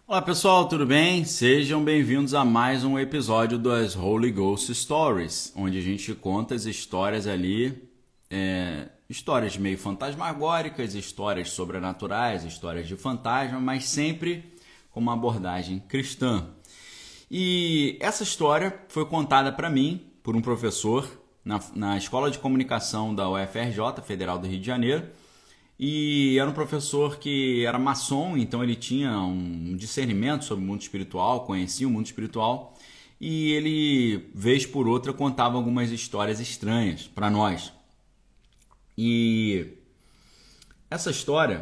Olá pessoal, tudo bem? Sejam bem-vindos a mais um episódio das Holy Ghost Stories, onde a gente conta as histórias ali, histórias meio fantasmagóricas, histórias sobrenaturais, histórias de fantasma, mas sempre com uma abordagem cristã. E essa história foi contada para mim por um professor na Escola de Comunicação da UFRJ, Federal do Rio de Janeiro. E era um professor que era maçom, então ele tinha um discernimento sobre o mundo espiritual, conhecia o mundo espiritual, e ele, vez por outra, contava algumas histórias estranhas para nós. E essa história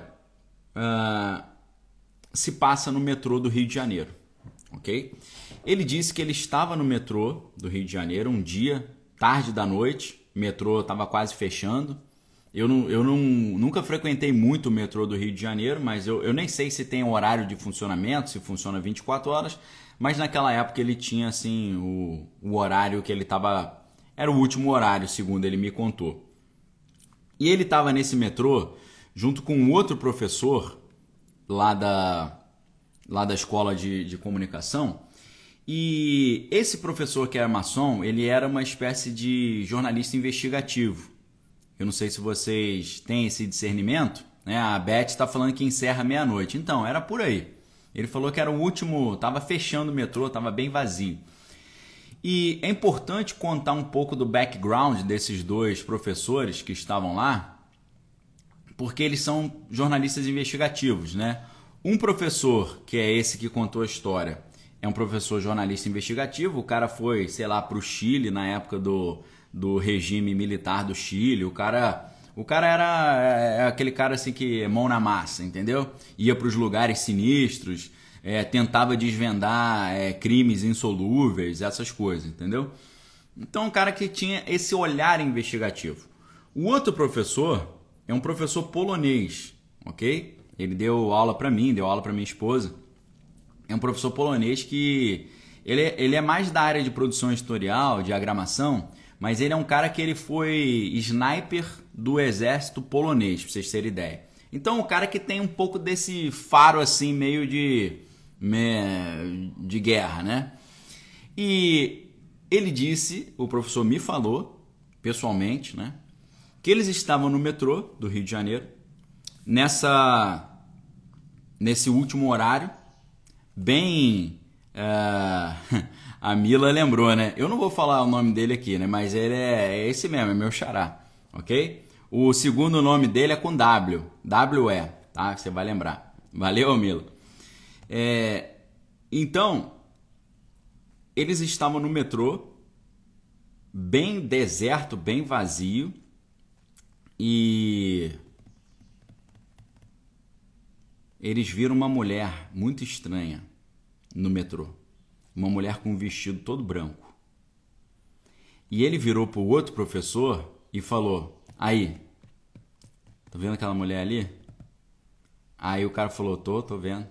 se passa no metrô do Rio de Janeiro, ok? Ele disse que ele estava no metrô do Rio de Janeiro um dia, tarde da noite, o metrô estava quase fechando. Eu nunca frequentei muito o metrô do Rio de Janeiro, mas eu nem sei se tem horário de funcionamento, se funciona 24 horas, mas naquela época ele tinha assim o horário que ele estava... Era o último horário, segundo ele me contou. E ele estava nesse metrô junto com um outro professor lá da escola de comunicação. E esse professor que era maçom, ele era uma espécie de jornalista investigativo. Eu não sei se vocês têm esse discernimento, né? A Beth está falando que encerra meia-noite. Então, era por aí. Ele falou que era o último, estava fechando o metrô, estava bem vazio. E é importante contar um pouco do background desses dois professores que estavam lá, porque eles são jornalistas investigativos, né? Um professor, que é esse que contou a história, é um professor jornalista investigativo. O cara foi, sei lá, para o Chile na época do regime militar do Chile. O cara era aquele cara assim que é mão na massa, entendeu? Ia para os lugares sinistros, tentava desvendar crimes insolúveis, essas coisas, entendeu? Então um cara que tinha esse olhar investigativo. O outro professor é um professor polonês, ok? Ele deu aula para mim, deu aula para minha esposa. É um professor polonês que ele é mais da área de produção editorial, diagramação, mas ele é um cara que ele foi sniper do exército polonês, pra vocês terem ideia. Então, um cara que tem um pouco desse faro assim, meio de guerra, né? E ele disse, o professor me falou, pessoalmente, né? Que eles estavam no metrô do Rio de Janeiro, nesse último horário, bem... A Mila lembrou, né? Eu não vou falar o nome dele aqui, né? Mas ele é esse mesmo, é meu xará, ok? O segundo nome dele é com W, W-E, tá? Você vai lembrar. Valeu, Mila. Então, eles estavam no metrô, bem deserto, bem vazio, e eles viram uma mulher muito estranha no metrô. Uma mulher com um vestido todo branco. E ele virou para o outro professor e falou: aí, tá vendo aquela mulher ali? Aí o cara falou: tô vendo.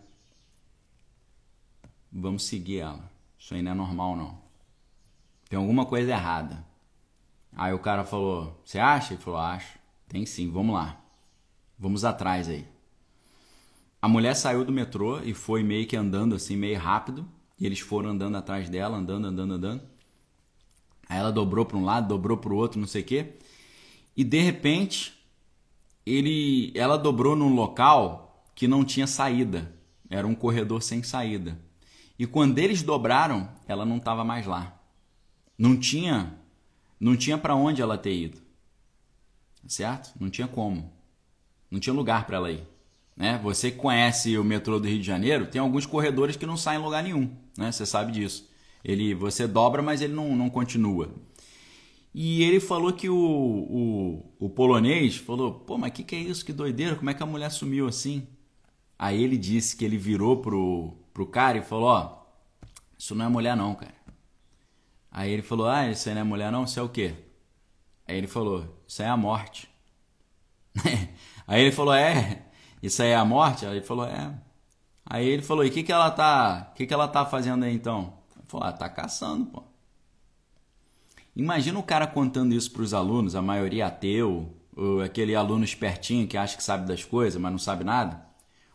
Vamos seguir ela. Isso aí não é normal, não. Tem alguma coisa errada. Aí o cara falou: você acha? Ele falou: acho. Tem sim, vamos lá. Vamos atrás aí. A mulher saiu do metrô e foi meio que andando assim, meio rápido. E eles foram andando atrás dela, andando. Aí ela dobrou para um lado, dobrou para o outro, não sei o quê. E de repente, ela dobrou num local que não tinha saída. Era um corredor sem saída. E quando eles dobraram, ela não estava mais lá. Não tinha para onde ela ter ido. Certo? Não tinha como. Não tinha lugar para ela ir. Né? Você que conhece o metrô do Rio de Janeiro, tem alguns corredores que não saem em lugar nenhum, né? Você sabe disso. Você dobra, mas ele não continua. E ele falou que o polonês falou: pô, mas que é isso? Que doideira, como é que a mulher sumiu assim? Aí ele disse que ele virou pro cara e falou: ó, isso não é mulher não, cara. Aí ele falou: ah, isso aí não é mulher não? Isso é o quê? Aí ele falou: isso aí é a morte. Aí ele falou: isso aí é a morte? Aí ele falou: Aí ele falou: e o que ela tá fazendo aí então? Ele falou: tá caçando, pô. Imagina o cara contando isso pros alunos, a maioria ateu, ou aquele aluno espertinho que acha que sabe das coisas, mas não sabe nada.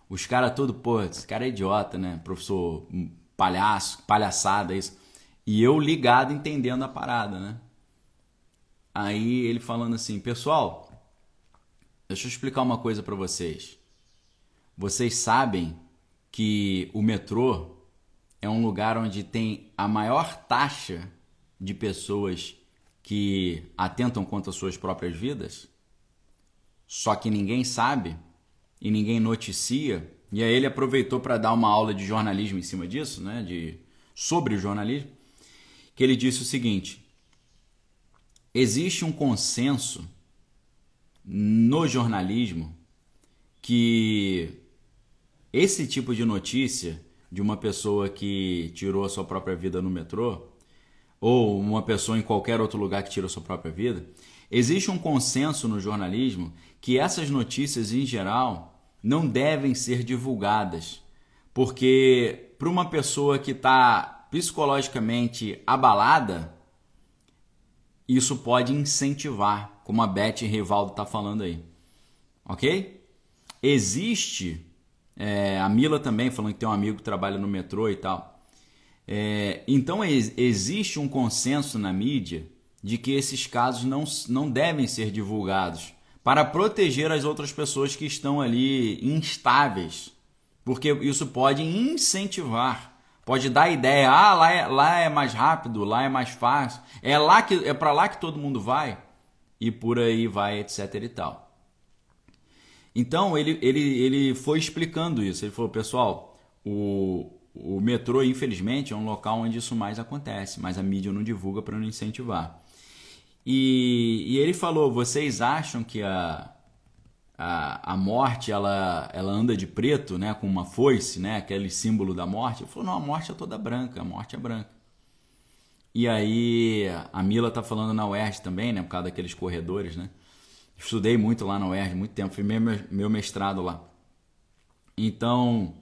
Os caras todo, pô, esse cara é idiota, né? Professor palhaço, palhaçada, isso. E eu ligado, entendendo a parada, né? Aí ele falando assim, pessoal, deixa eu explicar uma coisa pra vocês. Vocês sabem que o metrô é um lugar onde tem a maior taxa de pessoas que atentam contra suas próprias vidas? Só que ninguém sabe e ninguém noticia. E aí ele aproveitou para dar uma aula de jornalismo em cima disso, né? Sobre o jornalismo, que ele disse o seguinte: existe um consenso no jornalismo que esse tipo de notícia de uma pessoa que tirou a sua própria vida no metrô, ou uma pessoa em qualquer outro lugar que tirou a sua própria vida, existe um consenso no jornalismo que essas notícias, em geral, não devem ser divulgadas, porque para uma pessoa que está psicologicamente abalada, isso pode incentivar, como a Beth Rivaldo está falando aí. Ok? Existe, a Mila também falando que tem um amigo que trabalha no metrô e tal. Então existe um consenso na mídia de que esses casos não devem ser divulgados para proteger as outras pessoas que estão ali instáveis, porque isso pode incentivar, pode dar a ideia, lá é mais rápido, lá é mais fácil, é para lá que todo mundo vai, e por aí vai, etc e tal. Então ele foi explicando isso, ele falou, pessoal, o metrô, infelizmente, é um local onde isso mais acontece, mas a mídia não divulga para não incentivar. E ele falou, vocês acham que a morte ela anda de preto, né, com uma foice, né, aquele símbolo da morte? Ele falou, não, a morte é toda branca, a morte é branca. E aí a Mila tá falando na UERJ também, né, por causa daqueles corredores, né? Estudei muito lá na UERJ, muito tempo, fiz meu mestrado lá. Então,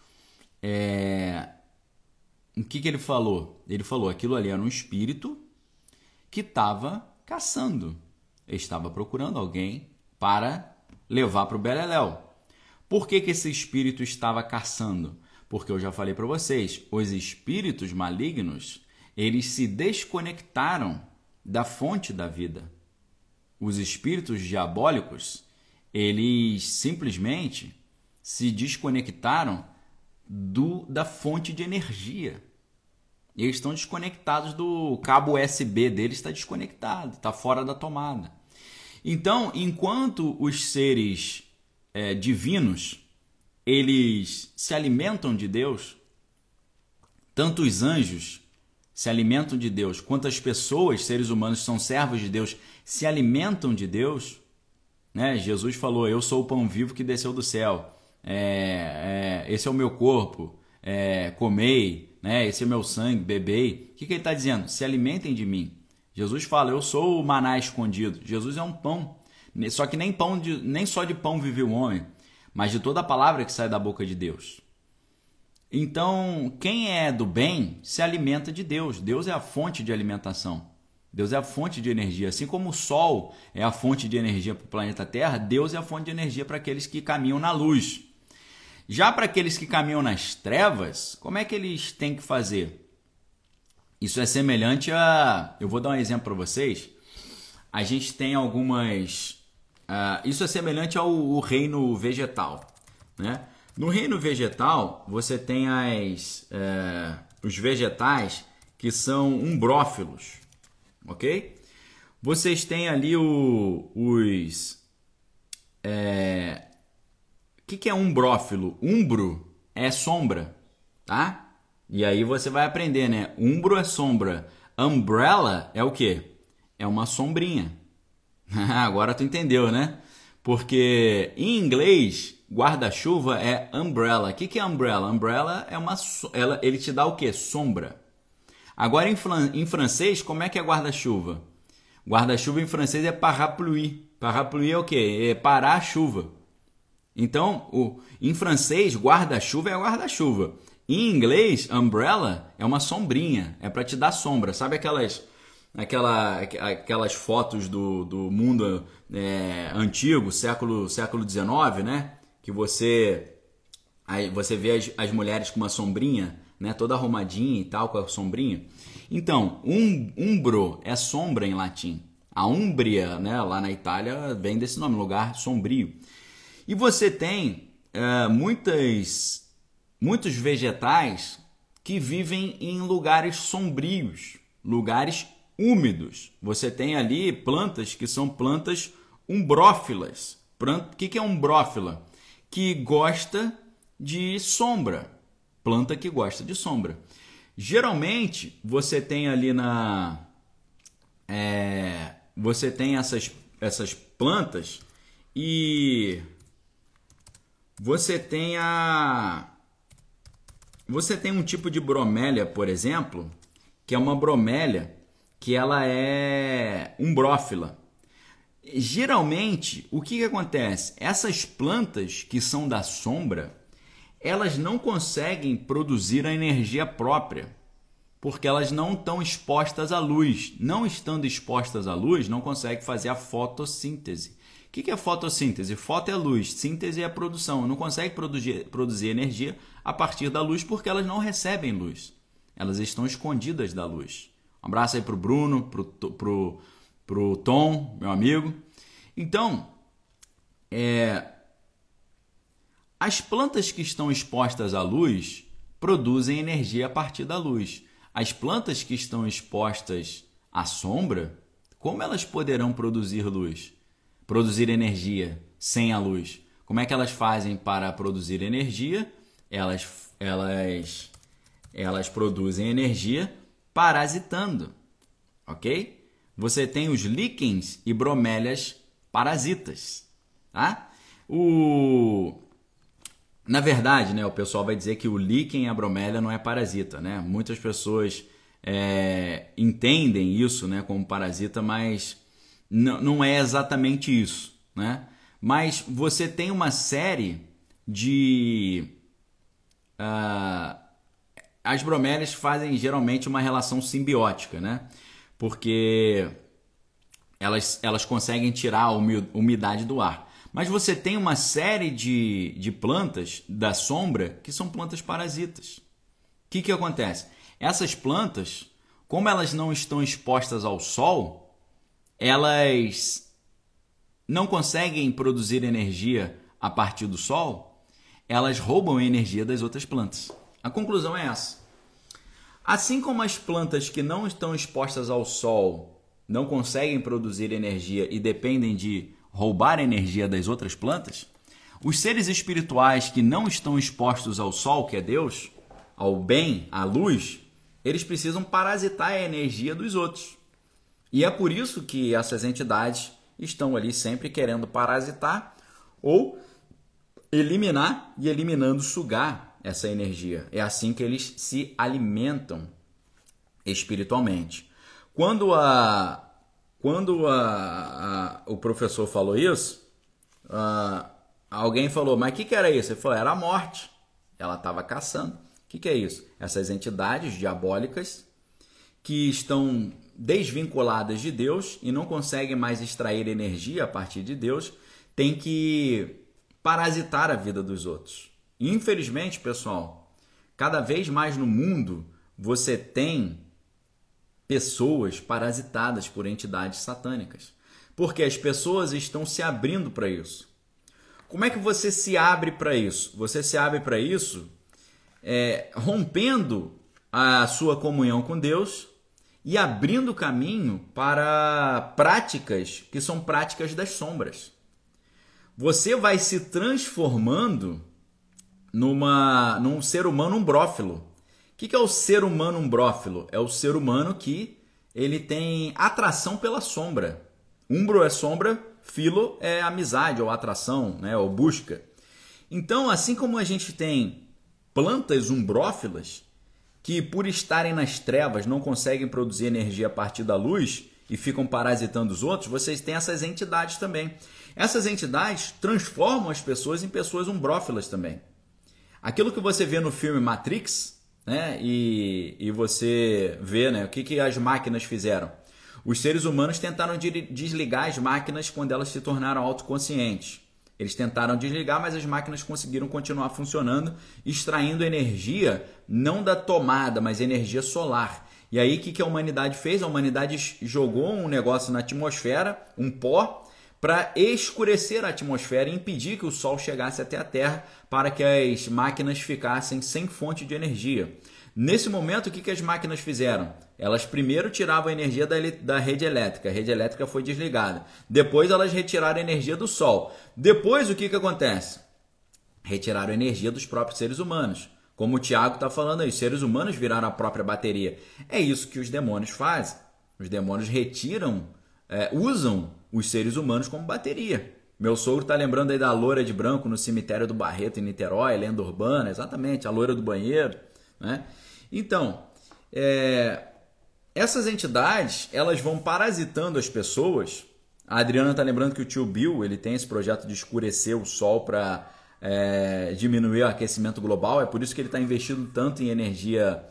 o que ele falou? Ele falou, aquilo ali era um espírito que estava caçando. Ele estava procurando alguém para levar para o Beleléu. Por que esse espírito estava caçando? Porque eu já falei para vocês, os espíritos malignos, eles se desconectaram da fonte da vida. Os espíritos diabólicos, eles simplesmente se desconectaram da fonte de energia. Eles estão desconectados do cabo USB deles, está desconectado, está fora da tomada. Então, enquanto os seres divinos, eles se alimentam de Deus, tanto os anjos se alimentam de Deus, quanto as pessoas, seres humanos que são servos de Deus, se alimentam de Deus, né? Jesus falou, eu sou o pão vivo que desceu do céu, esse é o meu corpo, comei, né? Esse é meu sangue, bebei. O que ele está dizendo? Se alimentem de mim. Jesus fala, eu sou o maná escondido. Jesus é um pão, só que nem só de pão vive o homem, mas de toda a palavra que sai da boca de Deus. Então, quem é do bem se alimenta de Deus. Deus é a fonte de alimentação. Deus é a fonte de energia. Assim como o Sol é a fonte de energia para o planeta Terra, Deus é a fonte de energia para aqueles que caminham na luz. Já para aqueles que caminham nas trevas, como é que eles têm que fazer? Isso é semelhante a... Eu vou dar um exemplo para vocês. A gente tem algumas... isso é semelhante ao reino vegetal, né? No reino vegetal, você tem os vegetais que são umbrófilos, ok? Vocês têm ali os... O que é umbrófilo? Umbro é sombra, tá? E aí você vai aprender, né? Umbro é sombra. Umbrella é o quê? É uma sombrinha. Agora tu entendeu, né? Porque em inglês, guarda-chuva é umbrella. O que é umbrella? Umbrella é ele te dá o quê? Sombra. Agora em francês, como é que é guarda-chuva? Guarda-chuva em francês é parapluie. Parapluie é o quê? É parar a chuva. Então, em francês, guarda-chuva é guarda-chuva. Em inglês, umbrella é uma sombrinha, é para te dar sombra. Sabe aquelas fotos do mundo antigo, século XIX, né? Que você Aí você vê as mulheres com uma sombrinha, né, toda arrumadinha e tal, com a sombrinha. Então, umbro é sombra em latim. A Úmbria, né, lá na Itália, vem desse nome, lugar sombrio. E você tem muitos vegetais que vivem em lugares sombrios, lugares úmidos. Você tem ali plantas que são plantas umbrófilas. O que é umbrófila? Que gosta de sombra. Planta que gosta de sombra. Geralmente, você tem ali você tem essas plantas e você tem um tipo de bromélia, por exemplo, que é uma bromélia que ela é umbrófila. Geralmente, o que acontece? Essas plantas que são da sombra, elas não conseguem produzir a energia própria, porque elas não estão expostas à luz. Não estando expostas à luz, não conseguem fazer a fotossíntese. O que é fotossíntese? Foto é luz, síntese é a produção. Não consegue produzir energia a partir da luz porque elas não recebem luz. Elas estão escondidas da luz. Um abraço aí para o Bruno, pro Tom, meu amigo. Então, as plantas que estão expostas à luz produzem energia a partir da luz. As plantas que estão expostas à sombra, como elas poderão produzir luz? Produzir energia sem a luz? Como é que elas fazem para produzir energia? Elas produzem energia parasitando, ok? Você tem os líquens e bromélias parasitas, tá? Na verdade, né, o pessoal vai dizer que o líquen e a bromélia não é parasita, né? Muitas pessoas entendem isso, né, como parasita, mas não é exatamente isso, né? Mas você tem uma série de... as bromélias fazem geralmente uma relação simbiótica, né? Porque elas conseguem tirar a umidade do ar. Mas você tem uma série de plantas da sombra que são plantas parasitas. O que acontece? Essas plantas, como elas não estão expostas ao sol, elas não conseguem produzir energia a partir do sol, elas roubam a energia das outras plantas. A conclusão é essa. Assim como as plantas que não estão expostas ao sol não conseguem produzir energia e dependem de roubar a energia das outras plantas, os seres espirituais que não estão expostos ao sol, que é Deus, ao bem, à luz, eles precisam parasitar a energia dos outros. E é por isso que essas entidades estão ali sempre querendo parasitar ou eliminar e eliminando, sugar essa energia. É assim que eles se alimentam espiritualmente. Quando o professor falou isso, alguém falou, mas o que era isso? Ele falou, era a morte. Ela estava caçando. O que é isso? Essas entidades diabólicas que estão desvinculadas de Deus e não conseguem mais extrair energia a partir de Deus, têm que parasitar a vida dos outros. E, infelizmente, pessoal, cada vez mais no mundo você tem pessoas parasitadas por entidades satânicas, porque as pessoas estão se abrindo para isso. Como é que você se abre para isso? Você se abre para isso rompendo a sua comunhão com Deus e abrindo caminho para práticas que são práticas das sombras. Você vai se transformando num ser humano umbrófilo. O que é o ser humano umbrófilo? É o ser humano que ele tem atração pela sombra. Umbro é sombra, filo é amizade ou atração, né, ou busca. Então, assim como a gente tem plantas umbrófilas que, por estarem nas trevas, não conseguem produzir energia a partir da luz e ficam parasitando os outros, vocês têm essas entidades também. Essas entidades transformam as pessoas em pessoas umbrófilas também. Aquilo que você vê no filme Matrix, né, e você vê, né, o que as máquinas fizeram. Os seres humanos tentaram desligar as máquinas quando elas se tornaram autoconscientes. Eles tentaram desligar, mas as máquinas conseguiram continuar funcionando, extraindo energia não da tomada, mas energia solar. E aí o que a humanidade fez? A humanidade jogou um negócio na atmosfera, um pó, para escurecer a atmosfera e impedir que o Sol chegasse até a Terra para que as máquinas ficassem sem fonte de energia. Nesse momento, o que as máquinas fizeram? Elas primeiro tiravam a energia da rede elétrica, a rede elétrica foi desligada. Depois elas retiraram a energia do Sol. Depois o que acontece? Retiraram a energia dos próprios seres humanos. Como o Tiago está falando aí, os seres humanos viraram a própria bateria. É isso que os demônios fazem. Os demônios retiram, usam os seres humanos como bateria. Meu sogro está lembrando aí da loira de branco no cemitério do Barreto, em Niterói, lenda urbana, exatamente, a loira do banheiro. Né? Então, essas entidades, elas vão parasitando as pessoas. A Adriana está lembrando que o tio Bill ele tem esse projeto de escurecer o Sol para diminuir o aquecimento global. É por isso que ele está investindo tanto em energia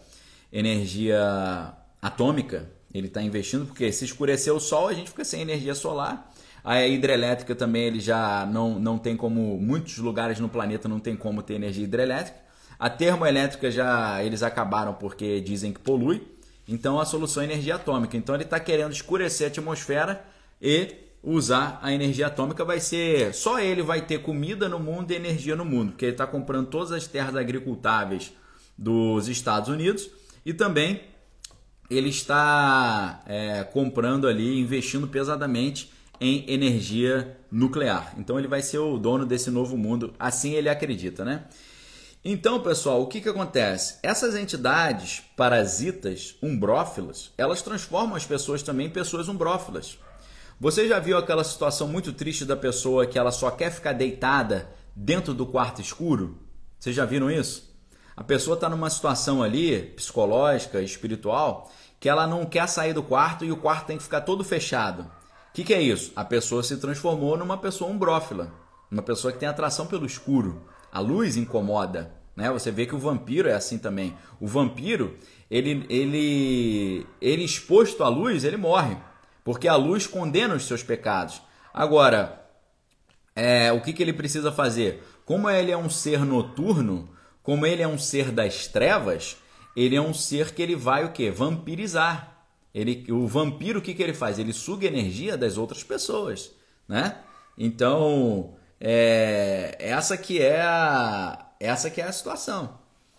atômica. Ele está investindo porque se escurecer o Sol, a gente fica sem energia solar. A hidrelétrica também ele já não tem como, muitos lugares no planeta não tem como ter energia hidrelétrica. A termoelétrica já eles acabaram porque dizem que polui. Então a solução é energia atômica. Então ele está querendo escurecer a atmosfera e usar a energia atômica. Vai ser, só ele vai ter comida no mundo e energia no mundo, porque ele está comprando todas as terras agricultáveis dos Estados Unidos e também ele está comprando ali, investindo pesadamente em energia nuclear. Então ele vai ser o dono desse novo mundo, assim ele acredita, né? Então, pessoal, o que acontece? Essas entidades parasitas, umbrófilas, elas transformam as pessoas também em pessoas umbrófilas. Você já viu aquela situação muito triste da pessoa que ela só quer ficar deitada dentro do quarto escuro? Vocês já viram isso? A pessoa está numa situação ali, psicológica, espiritual, que ela não quer sair do quarto e o quarto tem que ficar todo fechado. O que é isso? A pessoa se transformou numa pessoa umbrófila, uma pessoa que tem atração pelo escuro. A luz incomoda, né? Você vê que o vampiro é assim também. O vampiro, ele exposto à luz, ele morre, porque a luz condena os seus pecados. Agora, o que ele precisa fazer? Como ele é um ser noturno, como ele é um ser das trevas, ele é um ser que ele vai o quê? Vampirizar. O vampiro, o que ele faz? Ele suga energia das outras pessoas, né? Então, essa que é a situação.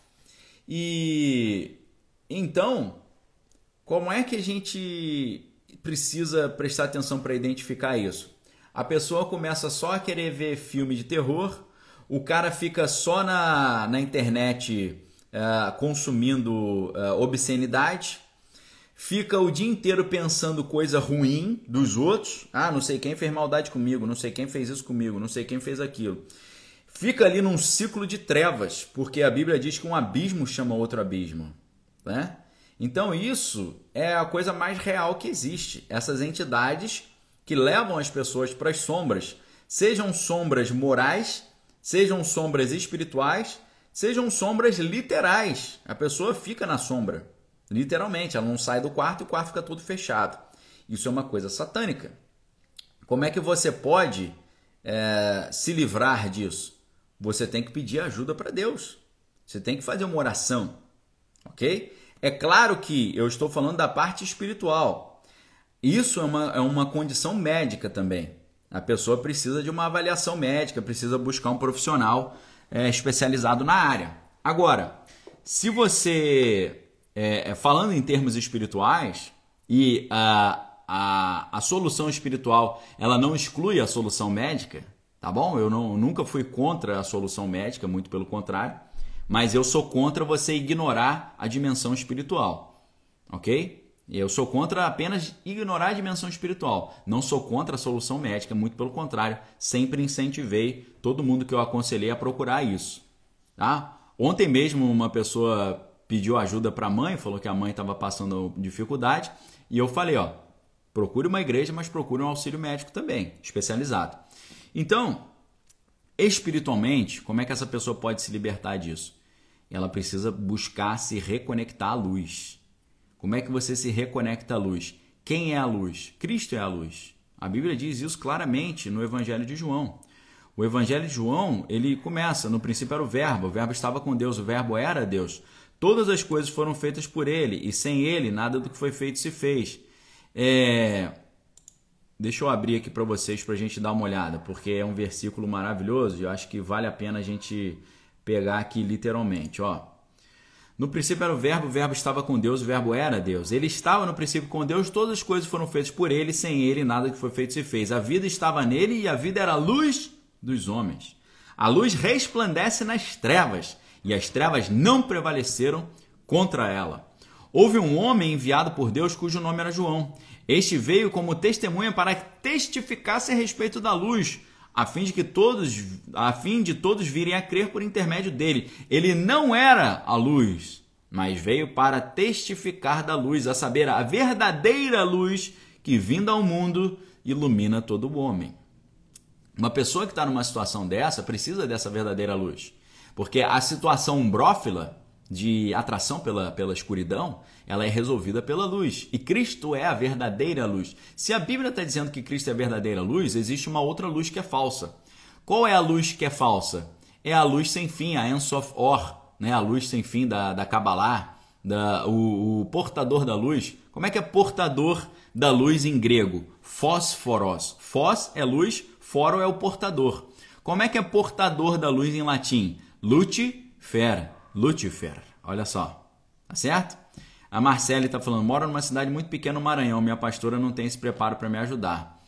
E então, como é que a gente precisa prestar atenção para identificar isso? A pessoa começa só a querer ver filme de terror, o cara fica só na internet consumindo obscenidade, fica o dia inteiro pensando coisa ruim dos outros. Ah, não sei quem fez maldade comigo, não sei quem fez isso comigo, não sei quem fez aquilo. Fica ali num ciclo de trevas, porque a Bíblia diz que um abismo chama outro abismo, né? Então isso é a coisa mais real que existe. Essas entidades que levam as pessoas para as sombras, sejam sombras morais, sejam sombras espirituais, sejam sombras literais. A pessoa fica na sombra. Literalmente, ela não sai do quarto e o quarto fica todo fechado. Isso é uma coisa satânica. Como é que você pode se livrar disso? Você tem que pedir ajuda para Deus. Você tem que fazer uma oração. Ok? É claro que eu estou falando da parte espiritual. Isso é uma condição médica também. A pessoa precisa de uma avaliação médica, precisa buscar um profissional especializado na área. Agora, se você... falando em termos espirituais, e a solução espiritual ela não exclui a solução médica, tá bom? Eu nunca fui contra a solução médica, muito pelo contrário, mas eu sou contra você ignorar a dimensão espiritual, ok? Eu sou contra apenas ignorar a dimensão espiritual, não sou contra a solução médica, muito pelo contrário, sempre incentivei todo mundo que eu aconselhei a procurar isso, tá? Ontem mesmo uma pessoa pediu ajuda para a mãe, falou que a mãe estava passando dificuldade, e eu falei, procure uma igreja, mas procure um auxílio médico também, especializado. Então, espiritualmente, como é que essa pessoa pode se libertar disso? Ela precisa buscar se reconectar à luz. Como é que você se reconecta à luz? Quem é a luz? Cristo é a luz. A Bíblia diz isso claramente no Evangelho de João. O Evangelho de João, ele começa, no princípio era o verbo estava com Deus, o verbo era Deus. Todas as coisas foram feitas por ele, e sem ele nada do que foi feito se fez. Deixa eu abrir aqui para vocês, para a gente dar uma olhada, porque é um versículo maravilhoso e eu acho que vale a pena a gente pegar aqui literalmente. No princípio era o verbo estava com Deus, o verbo era Deus. Ele estava no princípio com Deus, todas as coisas foram feitas por ele, sem ele nada que foi feito se fez. A vida estava nele e a vida era a luz dos homens. A luz resplandece nas trevas e as trevas não prevaleceram contra ela. Houve um homem enviado por Deus cujo nome era João. Este veio como testemunha para testificar-se a respeito da luz, a fim de todos virem a crer por intermédio dele. Ele não era a luz, mas veio para testificar da luz, a saber, a verdadeira luz que, vinda ao mundo, ilumina todo o homem. Uma pessoa que está numa situação dessa precisa dessa verdadeira luz, porque a situação umbrófila de atração pela escuridão, ela é resolvida pela luz. E Cristo é a verdadeira luz. Se a Bíblia está dizendo que Cristo é a verdadeira luz, existe uma outra luz que é falsa. Qual é a luz que é falsa? É a luz sem fim, a Ein Sof Or, né? A luz sem fim da Kabbalah, o portador da luz. Como é que é portador da luz em grego? Fósforos. Fós é luz, foro é o portador. Como é que é portador da luz em latim? Lucifer. Lucifer, olha só, tá certo? A Marcele está falando, moro numa cidade muito pequena no Maranhão, minha pastora não tem esse preparo para me ajudar.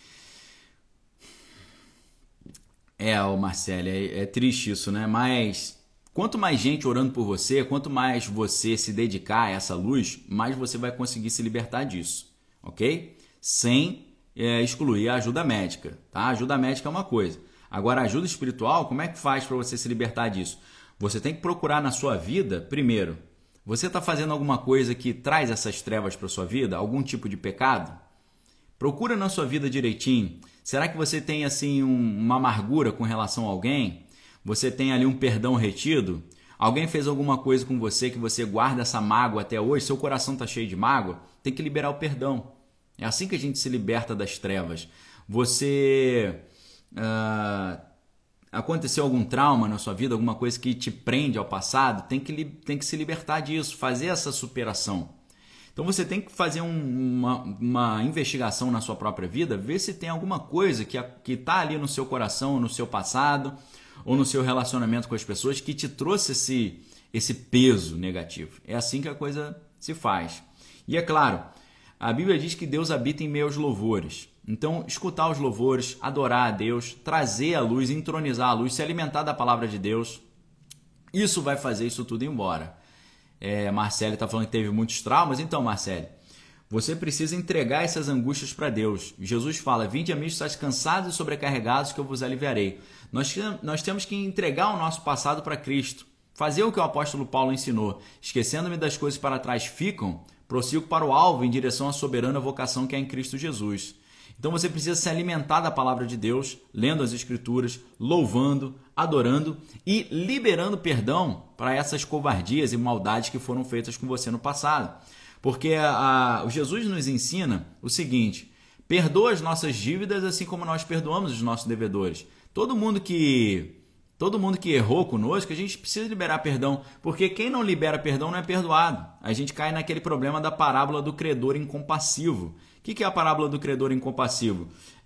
Marcele, é triste isso, né? Mas quanto mais gente orando por você, quanto mais você se dedicar a essa luz, mais você vai conseguir se libertar disso, ok? Sem excluir a ajuda médica, tá? A ajuda médica é uma coisa. Agora, a ajuda espiritual, como é que faz para você se libertar disso? Você tem que procurar na sua vida, primeiro, você está fazendo alguma coisa que traz essas trevas para a sua vida? Algum tipo de pecado? Procura na sua vida direitinho. Será que você tem assim uma amargura com relação a alguém? Você tem ali um perdão retido? Alguém fez alguma coisa com você que você guarda essa mágoa até hoje? Seu coração está cheio de mágoa? Tem que liberar o perdão. É assim que a gente se liberta das trevas. Aconteceu algum trauma na sua vida, alguma coisa que te prende ao passado, tem que se libertar disso, fazer essa superação. Então você tem que fazer uma investigação na sua própria vida, ver se tem alguma coisa que está ali no seu coração, no seu passado, ou no seu relacionamento com as pessoas que te trouxe esse peso negativo. É assim que a coisa se faz. E é claro, a Bíblia diz que Deus habita em meio aos louvores. Então, escutar os louvores, adorar a Deus, trazer a luz, entronizar a luz, se alimentar da palavra de Deus, isso vai fazer isso tudo ir embora. Marcele está falando que teve muitos traumas. Então, Marcele, você precisa entregar essas angústias para Deus. Jesus fala, vinde a mim, estáis cansados e sobrecarregados, que eu vos aliviarei. Nós temos que entregar o nosso passado para Cristo. Fazer o que o apóstolo Paulo ensinou. Esquecendo-me das coisas para trás ficam, prossigo para o alvo em direção à soberana vocação que é em Cristo Jesus. Então você precisa se alimentar da palavra de Deus, lendo as Escrituras, louvando, adorando e liberando perdão para essas covardias e maldades que foram feitas com você no passado. Porque o Jesus nos ensina o seguinte, perdoa as nossas dívidas assim como nós perdoamos os nossos devedores. Todo mundo que errou conosco, a gente precisa liberar perdão, porque quem não libera perdão não é perdoado. A gente cai naquele problema da parábola do credor incompassivo. O que é a parábola do credor incompassivo?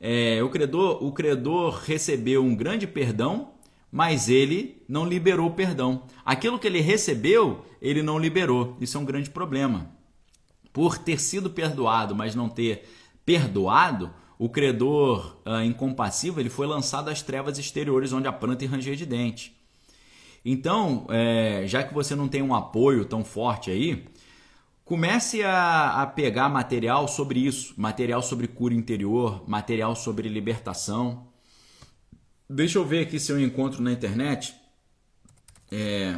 O credor recebeu um grande perdão, mas ele não liberou o perdão. Aquilo que ele recebeu, ele não liberou. Isso é um grande problema. Por ter sido perdoado, mas não ter perdoado, o credor incompassivo ele foi lançado às trevas exteriores, onde há pranto e ranger de dente. Então, já que você não tem um apoio tão forte aí, comece a pegar material sobre isso, material sobre cura interior, material sobre libertação. Deixa eu ver aqui se eu encontro na internet. Deixa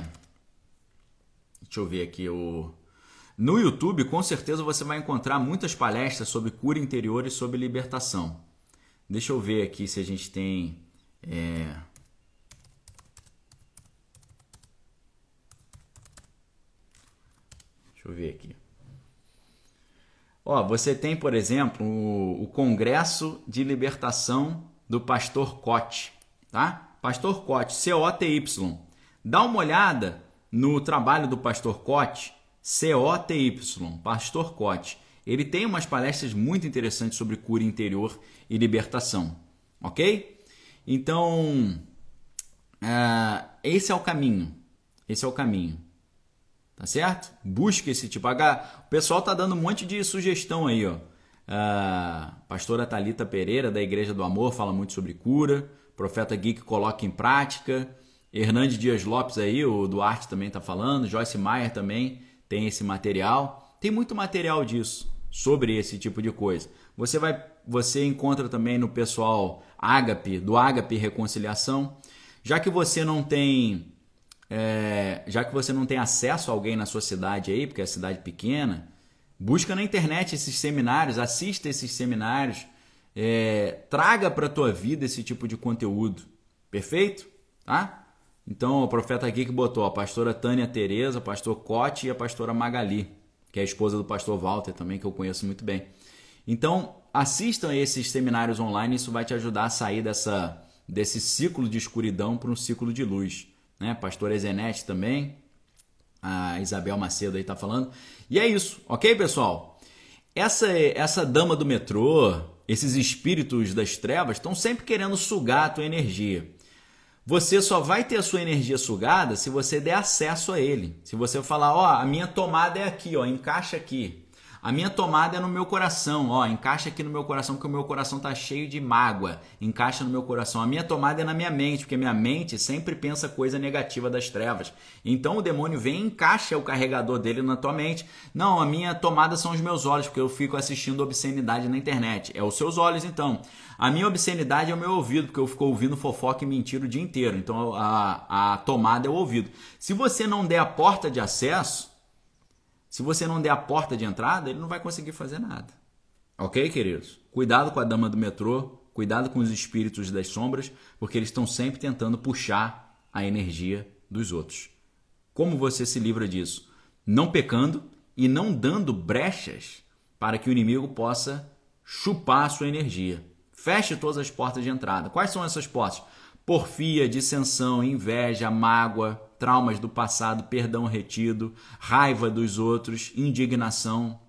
eu ver aqui. No YouTube, com certeza você vai encontrar muitas palestras sobre cura interior e sobre libertação. Deixa eu ver aqui se a gente tem... Deixa eu ver aqui. Você tem, por exemplo, o Congresso de Libertação do Pastor Cote. tá? Pastor Coty, C-O-T-Y. Dá uma olhada no trabalho do Pastor Coty, C-O-T-Y, Pastor Coty. Ele tem umas palestras muito interessantes sobre cura interior e libertação, ok? Então, esse é o caminho. Esse é o caminho. Tá certo? Busque esse tipo. O pessoal tá dando um monte de sugestão aí, ó. Pastora Thalita Pereira, da Igreja do Amor, fala muito sobre cura. Profeta Geek coloca em prática. Hernandes Dias Lopes aí, o Duarte também tá falando. Joyce Meyer também tem esse material. Tem muito material disso, sobre esse tipo de coisa. Você encontra também no pessoal Ágape, do Ágape Reconciliação. Já que você não tem acesso a alguém na sua cidade aí, porque é cidade pequena, busca na internet esses seminários, assista esses seminários, traga para a tua vida esse tipo de conteúdo. Perfeito? Tá? Então o profeta aqui que botou a pastora Tânia Tereza, o pastor Coty e a pastora Magali, que é a esposa do pastor Walter também, que eu conheço muito bem. Então assistam esses seminários online, isso vai te ajudar a sair desse ciclo de escuridão para um ciclo de luz. Né? Pastor Ezenete também, a Isabel Macedo aí tá falando. E é isso, ok, pessoal? Essa dama do metrô, esses espíritos das trevas estão sempre querendo sugar a tua energia. Você só vai ter a sua energia sugada se você der acesso a ele. Se você falar, ó, a minha tomada é aqui, ó, encaixa aqui. A minha tomada é no meu coração, ó, encaixa aqui no meu coração, porque o meu coração tá cheio de mágoa, encaixa no meu coração. A minha tomada é na minha mente, porque minha mente sempre pensa coisa negativa das trevas. Então o demônio vem e encaixa o carregador dele na tua mente. Não, a minha tomada são os meus olhos, porque eu fico assistindo obscenidade na internet. É os seus olhos, então. A minha obscenidade é o meu ouvido, porque eu fico ouvindo fofoca e mentira o dia inteiro. Então a tomada é o ouvido. Se você não der a porta de acesso, se você não der a porta de entrada, ele não vai conseguir fazer nada. Ok, queridos? Cuidado com a dama do metrô, cuidado com os espíritos das sombras, porque eles estão sempre tentando puxar a energia dos outros. Como você se livra disso? Não pecando e não dando brechas para que o inimigo possa chupar a sua energia. Feche todas as portas de entrada. Quais são essas portas? Porfia, dissensão, inveja, mágoa, traumas do passado, perdão retido, raiva dos outros, indignação,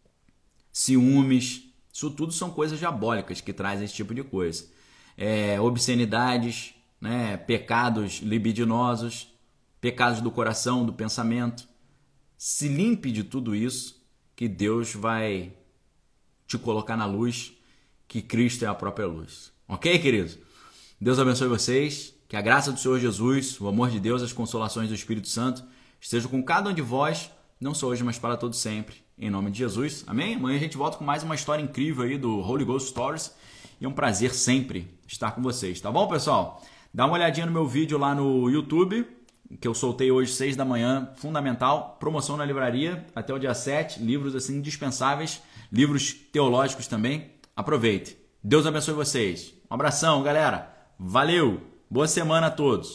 ciúmes. Isso tudo são coisas diabólicas que trazem esse tipo de coisa. Obscenidades, né? Pecados libidinosos, pecados do coração, do pensamento. Se limpe de tudo isso, que Deus vai te colocar na luz, que Cristo é a própria luz. Ok, queridos? Deus abençoe vocês, que a graça do Senhor Jesus, o amor de Deus, as consolações do Espírito Santo estejam com cada um de vós, não só hoje, mas para todo sempre, em nome de Jesus. Amém? Amanhã a gente volta com mais uma história incrível aí do Holy Ghost Stories e é um prazer sempre estar com vocês, tá bom, pessoal? Dá uma olhadinha no meu vídeo lá no YouTube, que eu soltei hoje 6 da manhã, fundamental, promoção na livraria até o dia 7, livros assim indispensáveis, livros teológicos também. Aproveite. Deus abençoe vocês. Um abração, galera. Valeu! Boa semana a todos!